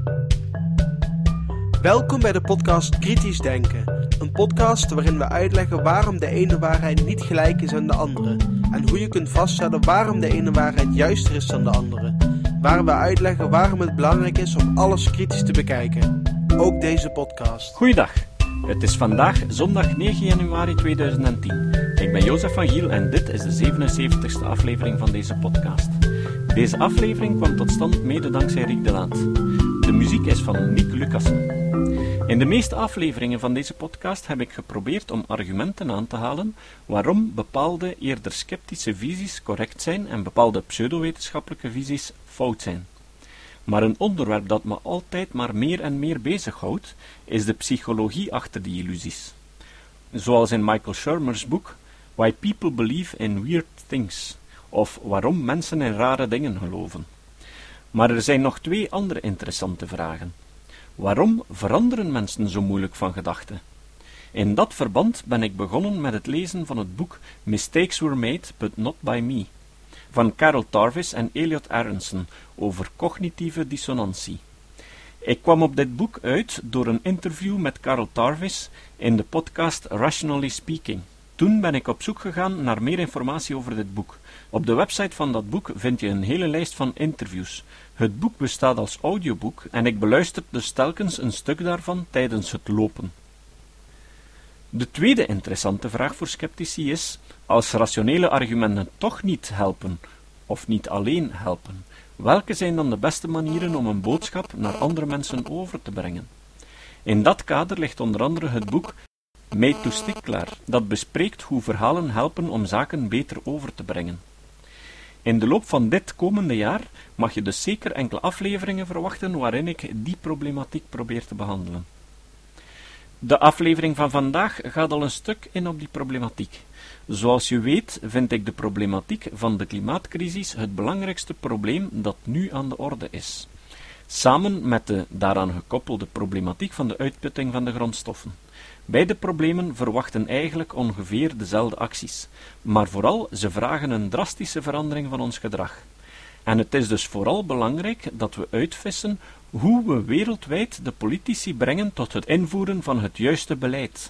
Welkom bij de podcast Kritisch Denken. Een podcast waarin we uitleggen waarom de ene waarheid niet gelijk is aan de andere. En hoe je kunt vaststellen waarom de ene waarheid juister is dan de andere. Waar we uitleggen waarom het belangrijk is om alles kritisch te bekijken. Ook deze podcast. Goeiedag. Het is vandaag zondag 9 januari 2010. Ik ben Jozef van Giel en dit is de 77ste aflevering van deze podcast. Deze aflevering kwam tot stand mede dankzij Riek de Laat. De muziek is van Nick Lucassen. In de meeste afleveringen van deze podcast heb ik geprobeerd om argumenten aan te halen waarom bepaalde eerder sceptische visies correct zijn en bepaalde pseudowetenschappelijke visies fout zijn. Maar een onderwerp dat me altijd maar meer en meer bezighoudt, is de psychologie achter die illusies. Zoals in Michael Shermer's boek Why People Believe in Weird Things, of waarom mensen in rare dingen geloven. Maar er zijn nog twee andere interessante vragen. Waarom veranderen mensen zo moeilijk van gedachten? In dat verband ben ik begonnen met het lezen van het boek Mistakes Were Made, But Not By Me, van Carol Tarvis en Elliot Aronson over cognitieve dissonantie. Ik kwam op dit boek uit door een interview met Carol Tarvis in de podcast Rationally Speaking. Toen ben ik op zoek gegaan naar meer informatie over dit boek. Op de website van dat boek vind je een hele lijst van interviews. Het boek bestaat als audioboek en ik beluister dus telkens een stuk daarvan tijdens het lopen. De tweede interessante vraag voor sceptici is, als rationele argumenten toch niet helpen, of niet alleen helpen, welke zijn dan de beste manieren om een boodschap naar andere mensen over te brengen? In dat kader ligt onder andere het boek Made to Stick klaar, dat bespreekt hoe verhalen helpen om zaken beter over te brengen. In de loop van dit komende jaar mag je dus zeker enkele afleveringen verwachten waarin ik die problematiek probeer te behandelen. De aflevering van vandaag gaat al een stuk in op die problematiek. Zoals je weet vind ik de problematiek van de klimaatcrisis het belangrijkste probleem dat nu aan de orde is. Samen met de daaraan gekoppelde problematiek van de uitputting van de grondstoffen. Beide problemen verwachten eigenlijk ongeveer dezelfde acties, maar vooral ze vragen een drastische verandering van ons gedrag. En het is dus vooral belangrijk dat we uitvissen hoe we wereldwijd de politici brengen tot het invoeren van het juiste beleid.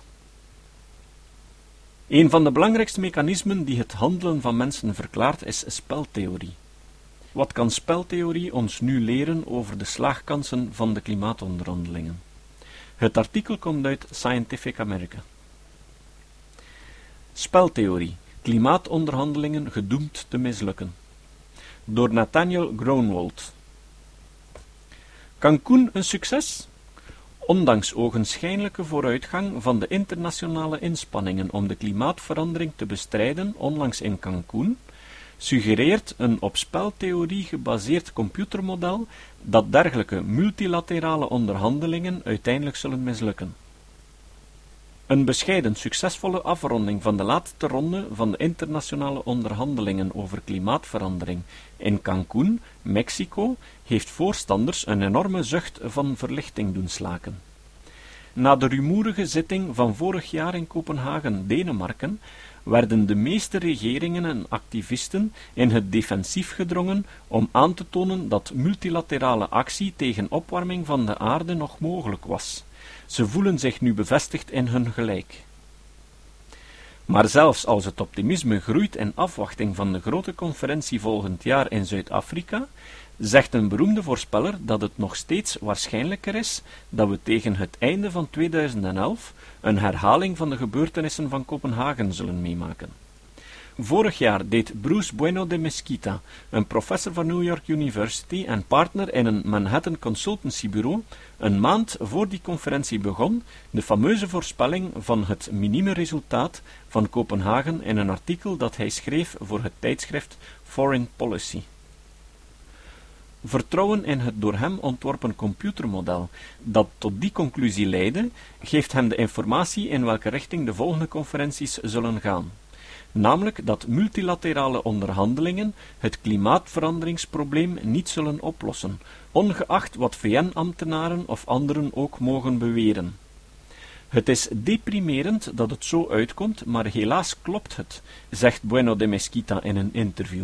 Een van de belangrijkste mechanismen die het handelen van mensen verklaart is speltheorie. Wat kan speltheorie ons nu leren over de slaagkansen van de klimaatonderhandelingen? Het artikel komt uit Scientific American. Speltheorie. Klimaatonderhandelingen gedoemd te mislukken. Door Nathaniel Groenewald. Cancún een succes? Ondanks ogenschijnlijke vooruitgang van de internationale inspanningen om de klimaatverandering te bestrijden onlangs in Cancún, suggereert een op speltheorie gebaseerd computermodel dat dergelijke multilaterale onderhandelingen uiteindelijk zullen mislukken. Een bescheiden succesvolle afronding van de laatste ronde van de internationale onderhandelingen over klimaatverandering in Cancún, Mexico, heeft voorstanders een enorme zucht van verlichting doen slaken. Na de rumoerige zitting van vorig jaar in Kopenhagen, Denemarken, werden de meeste regeringen en activisten in het defensief gedrongen om aan te tonen dat multilaterale actie tegen opwarming van de aarde nog mogelijk was. Ze voelen zich nu bevestigd in hun gelijk. Maar zelfs als het optimisme groeit in afwachting van de grote conferentie volgend jaar in Zuid-Afrika, zegt een beroemde voorspeller dat het nog steeds waarschijnlijker is dat we tegen het einde van 2011 een herhaling van de gebeurtenissen van Kopenhagen zullen meemaken. Vorig jaar deed Bruce Bueno de Mesquita, een professor van New York University en partner in een Manhattan consultancybureau, een maand voor die conferentie begon, de fameuze voorspelling van het minieme resultaat van Kopenhagen in een artikel dat hij schreef voor het tijdschrift Foreign Policy. Vertrouwen in het door hem ontworpen computermodel dat tot die conclusie leidde, geeft hem de informatie in welke richting de volgende conferenties zullen gaan. Namelijk dat multilaterale onderhandelingen het klimaatveranderingsprobleem niet zullen oplossen, ongeacht wat VN-ambtenaren of anderen ook mogen beweren. Het is deprimerend dat het zo uitkomt, maar helaas klopt het, zegt Bueno de Mesquita in een interview.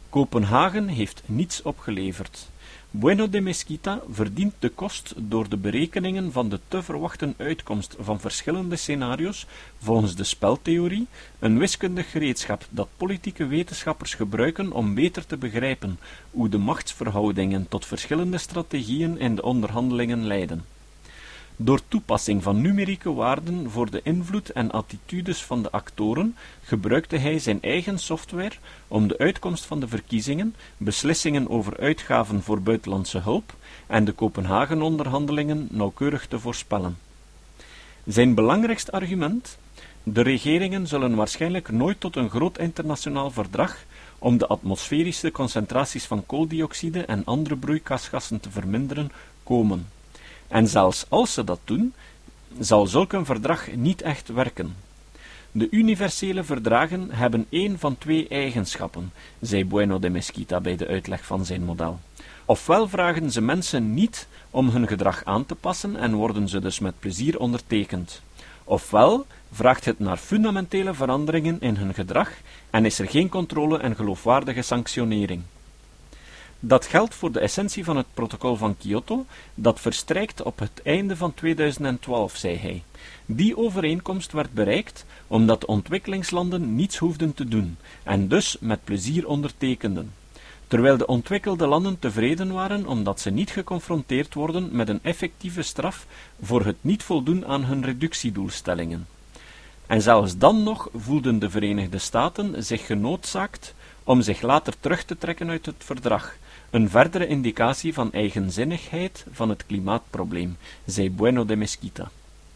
Kopenhagen heeft niets opgeleverd. Bueno de Mesquita verdient de kost door de berekeningen van de te verwachten uitkomst van verschillende scenario's volgens de speltheorie, een wiskundig gereedschap dat politieke wetenschappers gebruiken om beter te begrijpen hoe de machtsverhoudingen tot verschillende strategieën in de onderhandelingen leiden. Door toepassing van numerieke waarden voor de invloed en attitudes van de actoren gebruikte hij zijn eigen software om de uitkomst van de verkiezingen, beslissingen over uitgaven voor buitenlandse hulp en de Kopenhagen-onderhandelingen nauwkeurig te voorspellen. Zijn belangrijkste argument? De regeringen zullen waarschijnlijk nooit tot een groot internationaal verdrag om de atmosferische concentraties van kooldioxide en andere broeikasgassen te verminderen komen. En zelfs als ze dat doen, zal zulk een verdrag niet echt werken. De universele verdragen hebben één van twee eigenschappen, zei Bueno de Mesquita bij de uitleg van zijn model. Ofwel vragen ze mensen niet om hun gedrag aan te passen en worden ze dus met plezier ondertekend. Ofwel vraagt het naar fundamentele veranderingen in hun gedrag en is er geen controle en geloofwaardige sanctionering. Dat geldt voor de essentie van het protocol van Kyoto, dat verstrijkt op het einde van 2012, zei hij. Die overeenkomst werd bereikt omdat de ontwikkelingslanden niets hoefden te doen, en dus met plezier ondertekenden. Terwijl de ontwikkelde landen tevreden waren omdat ze niet geconfronteerd worden met een effectieve straf voor het niet voldoen aan hun reductiedoelstellingen. En zelfs dan nog voelden de Verenigde Staten zich genoodzaakt om zich later terug te trekken uit het verdrag, een verdere indicatie van eigenzinnigheid van het klimaatprobleem, zei Bueno de Mesquita.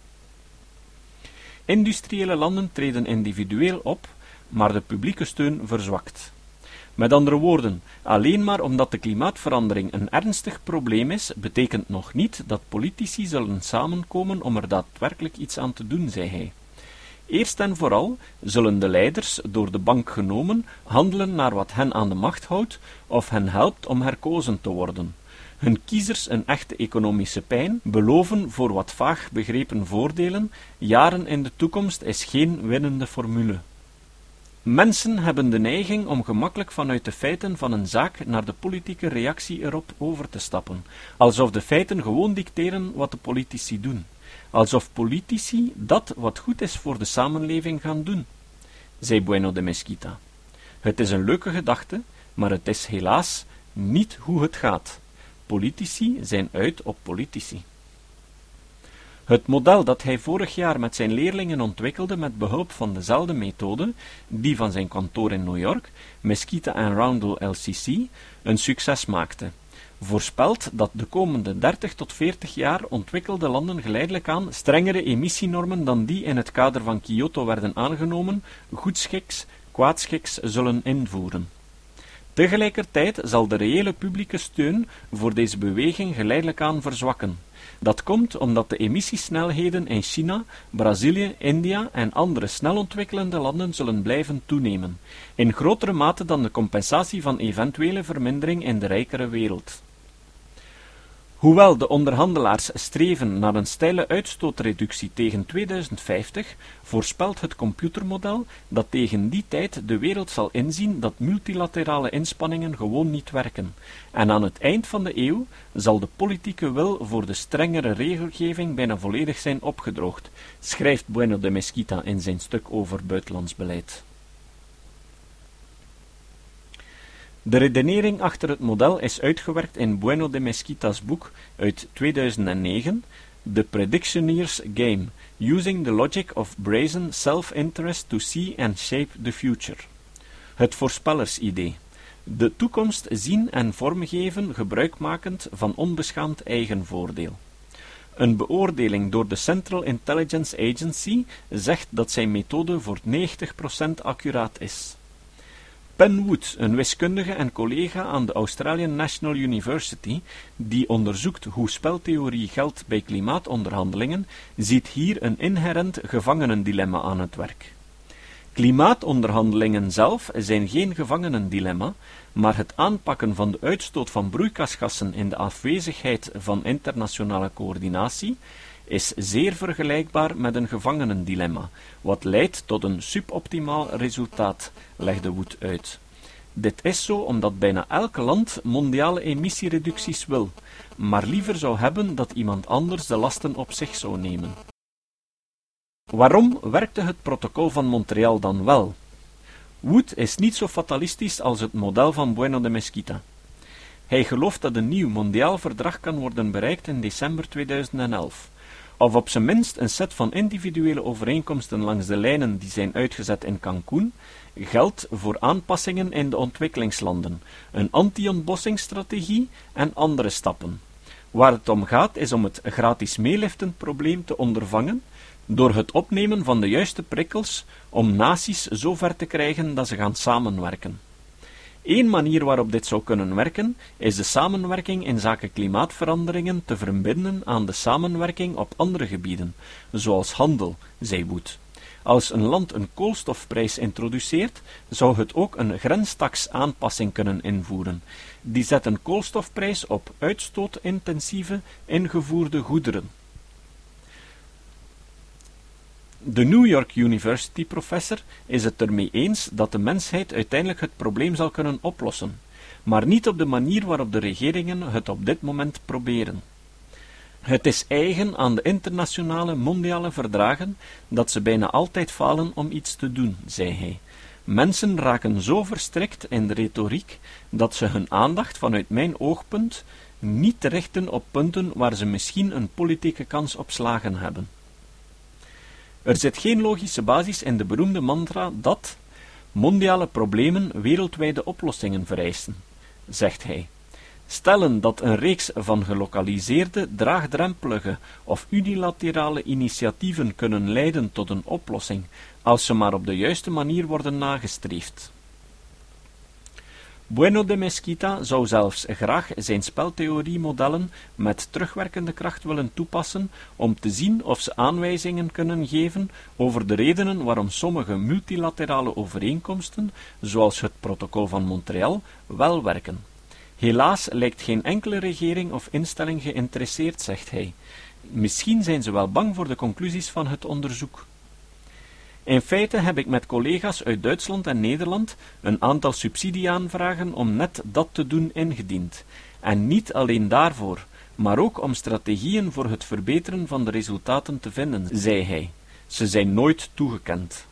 Industriële landen treden individueel op, maar de publieke steun verzwakt. Met andere woorden, alleen maar omdat de klimaatverandering een ernstig probleem is, betekent nog niet dat politici zullen samenkomen om er daadwerkelijk iets aan te doen, zei hij. Eerst en vooral zullen de leiders, door de bank genomen, handelen naar wat hen aan de macht houdt of hen helpt om herkozen te worden. Hun kiezers een echte economische pijn, beloven voor wat vaag begrepen voordelen, jaren in de toekomst is geen winnende formule. Mensen hebben de neiging om gemakkelijk vanuit de feiten van een zaak naar de politieke reactie erop over te stappen, alsof de feiten gewoon dicteren wat de politici doen. Alsof politici dat wat goed is voor de samenleving gaan doen, zei Bueno de Mesquita. Het is een leuke gedachte, maar het is helaas niet hoe het gaat. Politici zijn uit op politici. Het model dat hij vorig jaar met zijn leerlingen ontwikkelde met behulp van dezelfde methode, die van zijn kantoor in New York, Mesquita & Roundel LCC, een succes maakte. Voorspelt dat de komende 30 tot 40 jaar ontwikkelde landen geleidelijk aan strengere emissienormen dan die in het kader van Kyoto werden aangenomen, goedschiks, kwaadschiks zullen invoeren. Tegelijkertijd zal de reële publieke steun voor deze beweging geleidelijk aan verzwakken. Dat komt omdat de emissiesnelheden in China, Brazilië, India en andere snel ontwikkelende landen zullen blijven toenemen, in grotere mate dan de compensatie van eventuele vermindering in de rijkere wereld. Hoewel de onderhandelaars streven naar een steile uitstootreductie tegen 2050, voorspelt het computermodel dat tegen die tijd de wereld zal inzien dat multilaterale inspanningen gewoon niet werken, en aan het eind van de eeuw zal de politieke wil voor de strengere regelgeving bijna volledig zijn opgedroogd, schrijft Bueno de Mesquita in zijn stuk over buitenlands beleid. De redenering achter het model is uitgewerkt in Bueno de Mesquita's boek uit 2009, The Predictioneer's Game, Using the Logic of Brazen Self-Interest to See and Shape the Future. Het voorspellersidee. De toekomst zien en vormgeven gebruikmakend van onbeschaamd eigenvoordeel. Een beoordeling door de Central Intelligence Agency zegt dat zijn methode voor 90% accuraat is. Penn Wood, een wiskundige en collega aan de Australian National University, die onderzoekt hoe speltheorie geldt bij klimaatonderhandelingen, ziet hier een inherent gevangenendilemma aan het werk. Klimaatonderhandelingen zelf zijn geen gevangenendilemma, maar het aanpakken van de uitstoot van broeikasgassen in de afwezigheid van internationale coördinatie is zeer vergelijkbaar met een gevangenendilemma, wat leidt tot een suboptimaal resultaat, legde Wood uit. Dit is zo omdat bijna elk land mondiale emissiereducties wil, maar liever zou hebben dat iemand anders de lasten op zich zou nemen. Waarom werkte het protocol van Montreal dan wel? Wood is niet zo fatalistisch als het model van Bueno de Mesquita. Hij gelooft dat een nieuw mondiaal verdrag kan worden bereikt in december 2011, of op zijn minst een set van individuele overeenkomsten langs de lijnen die zijn uitgezet in Cancún, geldt voor aanpassingen in de ontwikkelingslanden, een anti-ontbossingsstrategie en andere stappen. Waar het om gaat is om het gratis meeliften-probleem te ondervangen door het opnemen van de juiste prikkels om naties zo ver te krijgen dat ze gaan samenwerken. Eén manier waarop dit zou kunnen werken, is de samenwerking in zaken klimaatveranderingen te verbinden aan de samenwerking op andere gebieden, zoals handel, zei Wood. Als een land een koolstofprijs introduceert, zou het ook een grenstaxaanpassing kunnen invoeren. Die zet een koolstofprijs op uitstootintensieve ingevoerde goederen. De New York University professor is het ermee eens dat de mensheid uiteindelijk het probleem zal kunnen oplossen, maar niet op de manier waarop de regeringen het op dit moment proberen. Het is eigen aan de internationale mondiale verdragen dat ze bijna altijd falen om iets te doen, zei hij. Mensen raken zo verstrikt in de retoriek dat ze hun aandacht vanuit mijn oogpunt niet richten op punten waar ze misschien een politieke kans op slagen hebben. Er zit geen logische basis in de beroemde mantra dat mondiale problemen wereldwijde oplossingen vereisten, zegt hij. Stellen dat een reeks van gelokaliseerde, draagdrempelige of unilaterale initiatieven kunnen leiden tot een oplossing, als ze maar op de juiste manier worden nagestreefd. Bueno de Mesquita zou zelfs graag zijn speltheoriemodellen met terugwerkende kracht willen toepassen om te zien of ze aanwijzingen kunnen geven over de redenen waarom sommige multilaterale overeenkomsten, zoals het protocol van Montreal, wel werken. Helaas lijkt geen enkele regering of instelling geïnteresseerd, zegt hij. Misschien zijn ze wel bang voor de conclusies van het onderzoek. In feite heb ik met collega's uit Duitsland en Nederland een aantal subsidieaanvragen om net dat te doen ingediend. En niet alleen daarvoor, maar ook om strategieën voor het verbeteren van de resultaten te vinden, zei hij. Ze zijn nooit toegekend.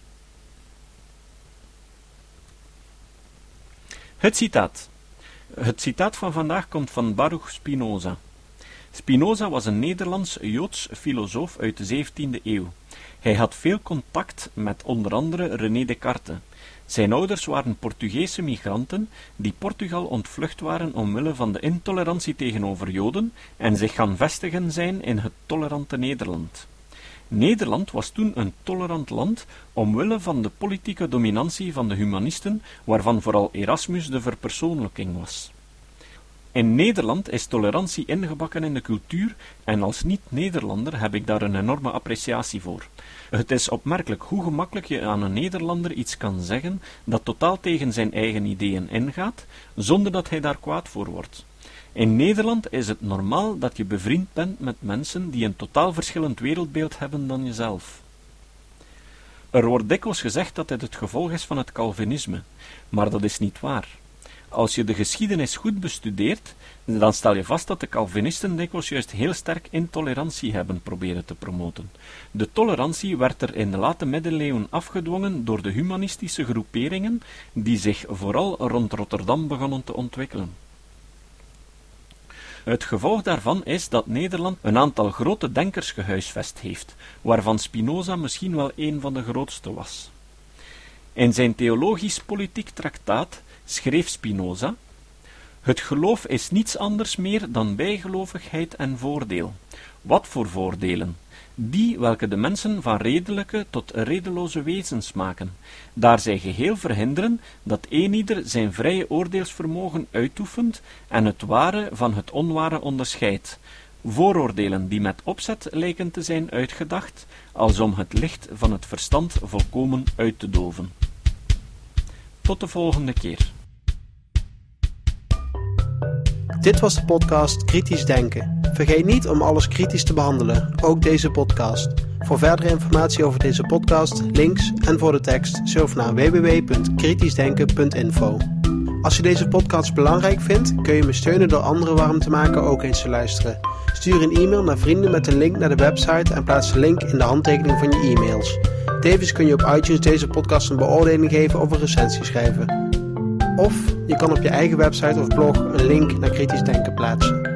Het citaat. Het citaat van vandaag komt van Baruch Spinoza. Spinoza was een Nederlands-Joods filosoof uit de 17e eeuw. Hij had veel contact met onder andere René Descartes. Zijn ouders waren Portugese migranten die Portugal ontvlucht waren omwille van de intolerantie tegenover Joden en zich gaan vestigen zijn in het tolerante Nederland. Nederland was toen een tolerant land omwille van de politieke dominantie van de humanisten, waarvan vooral Erasmus de verpersoonlijking was. In Nederland is tolerantie ingebakken in de cultuur en als niet-Nederlander heb ik daar een enorme appreciatie voor. Het is opmerkelijk hoe gemakkelijk je aan een Nederlander iets kan zeggen dat totaal tegen zijn eigen ideeën ingaat, zonder dat hij daar kwaad voor wordt. In Nederland is het normaal dat je bevriend bent met mensen die een totaal verschillend wereldbeeld hebben dan jezelf. Er wordt dikwijls gezegd dat dit het gevolg is van het Calvinisme, maar dat is niet waar. Als je de geschiedenis goed bestudeert, dan stel je vast dat de Calvinisten dikwijls juist heel sterk intolerantie hebben proberen te promoten. De tolerantie werd er in de late middeleeuwen afgedwongen door de humanistische groeperingen die zich vooral rond Rotterdam begonnen te ontwikkelen. Het gevolg daarvan is dat Nederland een aantal grote denkers gehuisvest heeft, waarvan Spinoza misschien wel een van de grootste was. In zijn theologisch-politiek traktaat schreef Spinoza: het geloof is niets anders meer dan bijgelovigheid en voordeel. Wat voor voordelen? Die welke de mensen van redelijke tot redeloze wezens maken, daar zij geheel verhinderen dat eenieder zijn vrije oordeelsvermogen uitoefent en het ware van het onware onderscheidt. Vooroordelen die met opzet lijken te zijn uitgedacht, als om het licht van het verstand volkomen uit te doven. Tot de volgende keer. Dit was de podcast Kritisch Denken. Vergeet niet om alles kritisch te behandelen, ook deze podcast. Voor verdere informatie over deze podcast, links en voor de tekst, surf naar www.kritischdenken.info. Als je deze podcast belangrijk vindt, kun je me steunen door anderen warm te maken ook eens te luisteren. Stuur een e-mail naar vrienden met een link naar de website en plaats de link in de handtekening van je e-mails. Tevens kun je op iTunes deze podcast een beoordeling geven of een recensie schrijven. Of je kan op je eigen website of blog een link naar Kritisch Denken plaatsen.